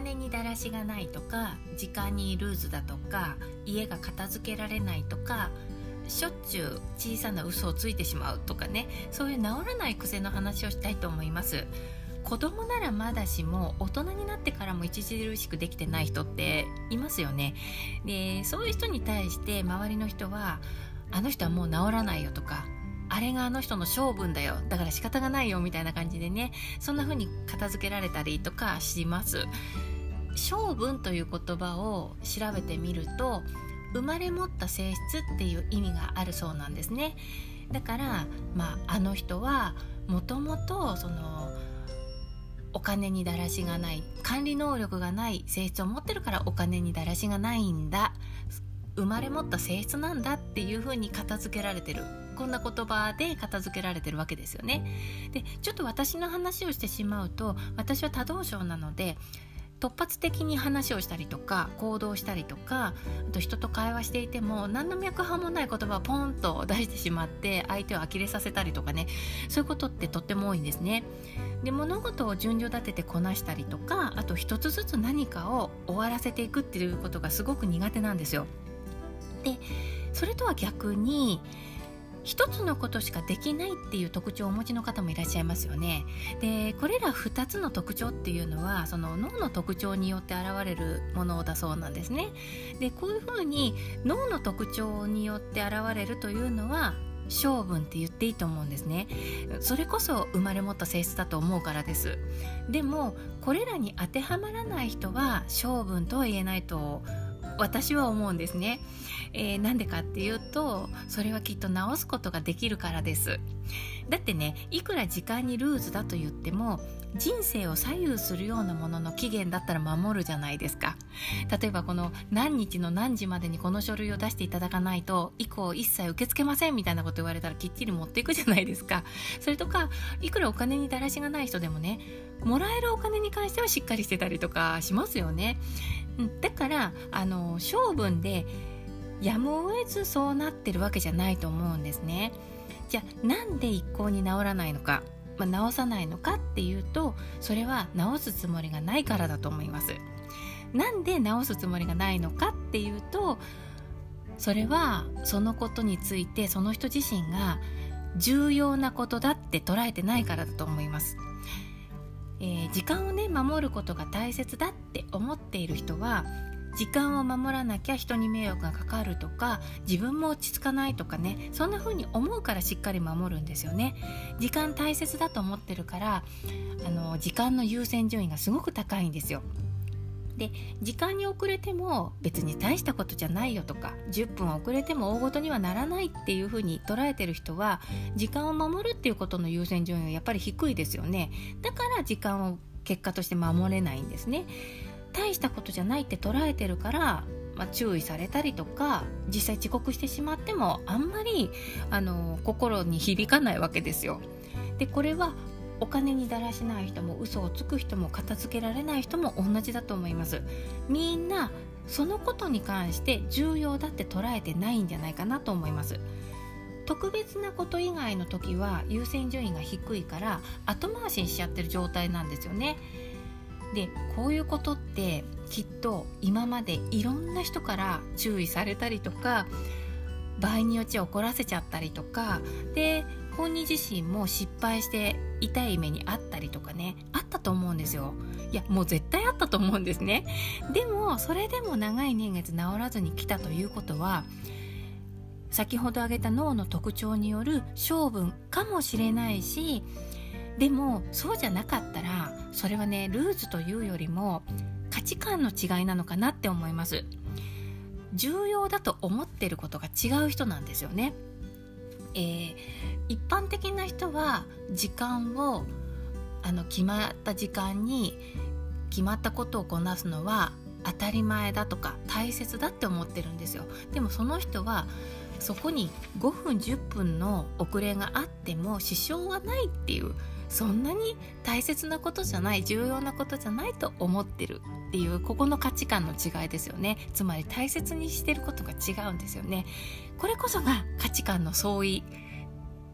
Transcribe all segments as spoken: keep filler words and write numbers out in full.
金にだらしがないとか、時間にルーズだとか、家が片付けられないとか、しょっちゅう小さな嘘をついてしまうとかね、そういう治らない癖の話をしたいと思います。子供ならまだしも大人になってからも著しくできてない人っていますよね。で、そういう人に対して周りの人は、あの人はもう治らないよとか、あれがあの人の性分だよ、だから仕方がないよみたいな感じでね、そんな風に片付けられたりとかします。性分という言葉を調べてみると、生まれ持った性質っていう意味があるそうなんですね。だから、まあ、あの人はもともとそのお金にだらしがない、管理能力がない性質を持ってるからお金にだらしがないんだ、生まれ持った性質なんだっていう風に片付けられてる、こんな言葉で片付けられてるわけですよね。で、ちょっと私の話をしてしまうと、私は多動症なので突発的に話をしたりとか行動したりとか、あと人と会話していても何の脈絡もない言葉をポンと出してしまって相手を呆れさせたりとかね、そういうことってとっても多いんですね。で、物事を順序立ててこなしたりとか、あと一つずつ何かを終わらせていくっていうことがすごく苦手なんですよ。で、それとは逆に一つのことしかできないっていう特徴をお持ちの方もいらっしゃいますよね。で、これらふたつの特徴っていうのはその脳の特徴によって現れるものだそうなんですね。で、こういうふうに脳の特徴によって現れるというのは性分って言っていいと思うんですね。それこそ生まれ持った性質だと思うからです。でもこれらに当てはまらない人は性分とは言えないと私は思うんですね。えー、なんでかっていうと、それはきっと直すことができるからです。だってね、いくら時間にルーズだと言っても人生を左右するようなものの期限だったら守るじゃないですか。例えばこの何日の何時までにこの書類を出していただかないと以降一切受け付けませんみたいなこと言われたらきっちり持っていくじゃないですか。それとか、いくらお金にだらしがない人でもね、もらえるお金に関してはしっかりしてたりとかしますよね。だからあの性分でやむを得ずそうなってるわけじゃないと思うんですね。じゃあなんで一向に治らないのか、まあ、治さないのかっていうと、それは治すつもりがないからだと思います。なんで治すつもりがないのかっていうと、それはそのことについてその人自身が重要なことだって捉えてないからだと思います。えー、時間をね守ることが大切だって思っている人は、時間を守らなきゃ人に迷惑がかかるとか、自分も落ち着かないとかね、そんな風に思うからしっかり守るんですよね。時間大切だと思ってるから、あの時間の優先順位がすごく高いんですよ。で、時間に遅れても別に大したことじゃないよとか、じゅっぷん遅れても大ごとにはならないっていう風に捉えてる人は、時間を守るっていうことの優先順位はやっぱり低いですよね。だから時間を結果として守れないんですね。大したことじゃないって捉えてるから、まあ、注意されたりとか、実際遅刻してしまってもあんまりあの心に響かないわけですよ。で、これはお金にだらしない人も嘘をつく人も片付けられない人も同じだと思います。みんなそのことに関して重要だって捉えてないんじゃないかなと思います。特別なこと以外の時は優先順位が低いから後回しにしちゃってる状態なんですよね。で、こういうことってきっと今までいろんな人から注意されたりとか、場合によっちゃ怒らせちゃったりとかで、本人自身も失敗して痛い目にあったりとかね、あったと思うんですよ。いや、もう絶対あったと思うんですね。でもそれでも長い年月治らずに来たということは、先ほど挙げた脳の特徴による性分かもしれないし、でもそうじゃなかったらそれはね、ルーズというよりも価値観の違いなのかなって思います。重要だと思ってることが違う人なんですよね。えー、一般的な人は時間をあの決まった時間に決まったことをこなすのは当たり前だとか大切だって思ってるんですよ。でもその人はそこにごふんじゅっぷんの遅れがあっても支障はないっていう、そんなに大切なことじゃない、重要なことじゃないと思ってるっていう、ここの価値観の違いですよね。つまり大切にしてることが違うんですよね。これこそが価値観の相違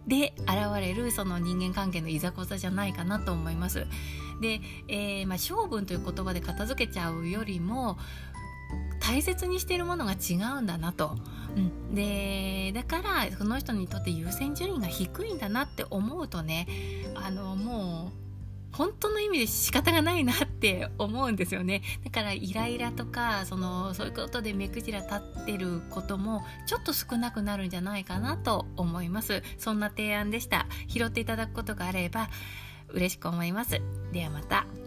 で現れるその人間関係のいざこざじゃないかなと思います。で、えーまあ、性分という言葉で片付けちゃうよりも大切にしているものが違うんだなと、うん、でだからその人にとって優先順位が低いんだなって思うとね、あのもう本当の意味で仕方がないなって思うんですよね。だからイライラとかそのそういうことで目くじら立ってることもちょっと少なくなるんじゃないかなと思います。そんな提案でした。拾っていただくことがあれば嬉しく思います。ではまた。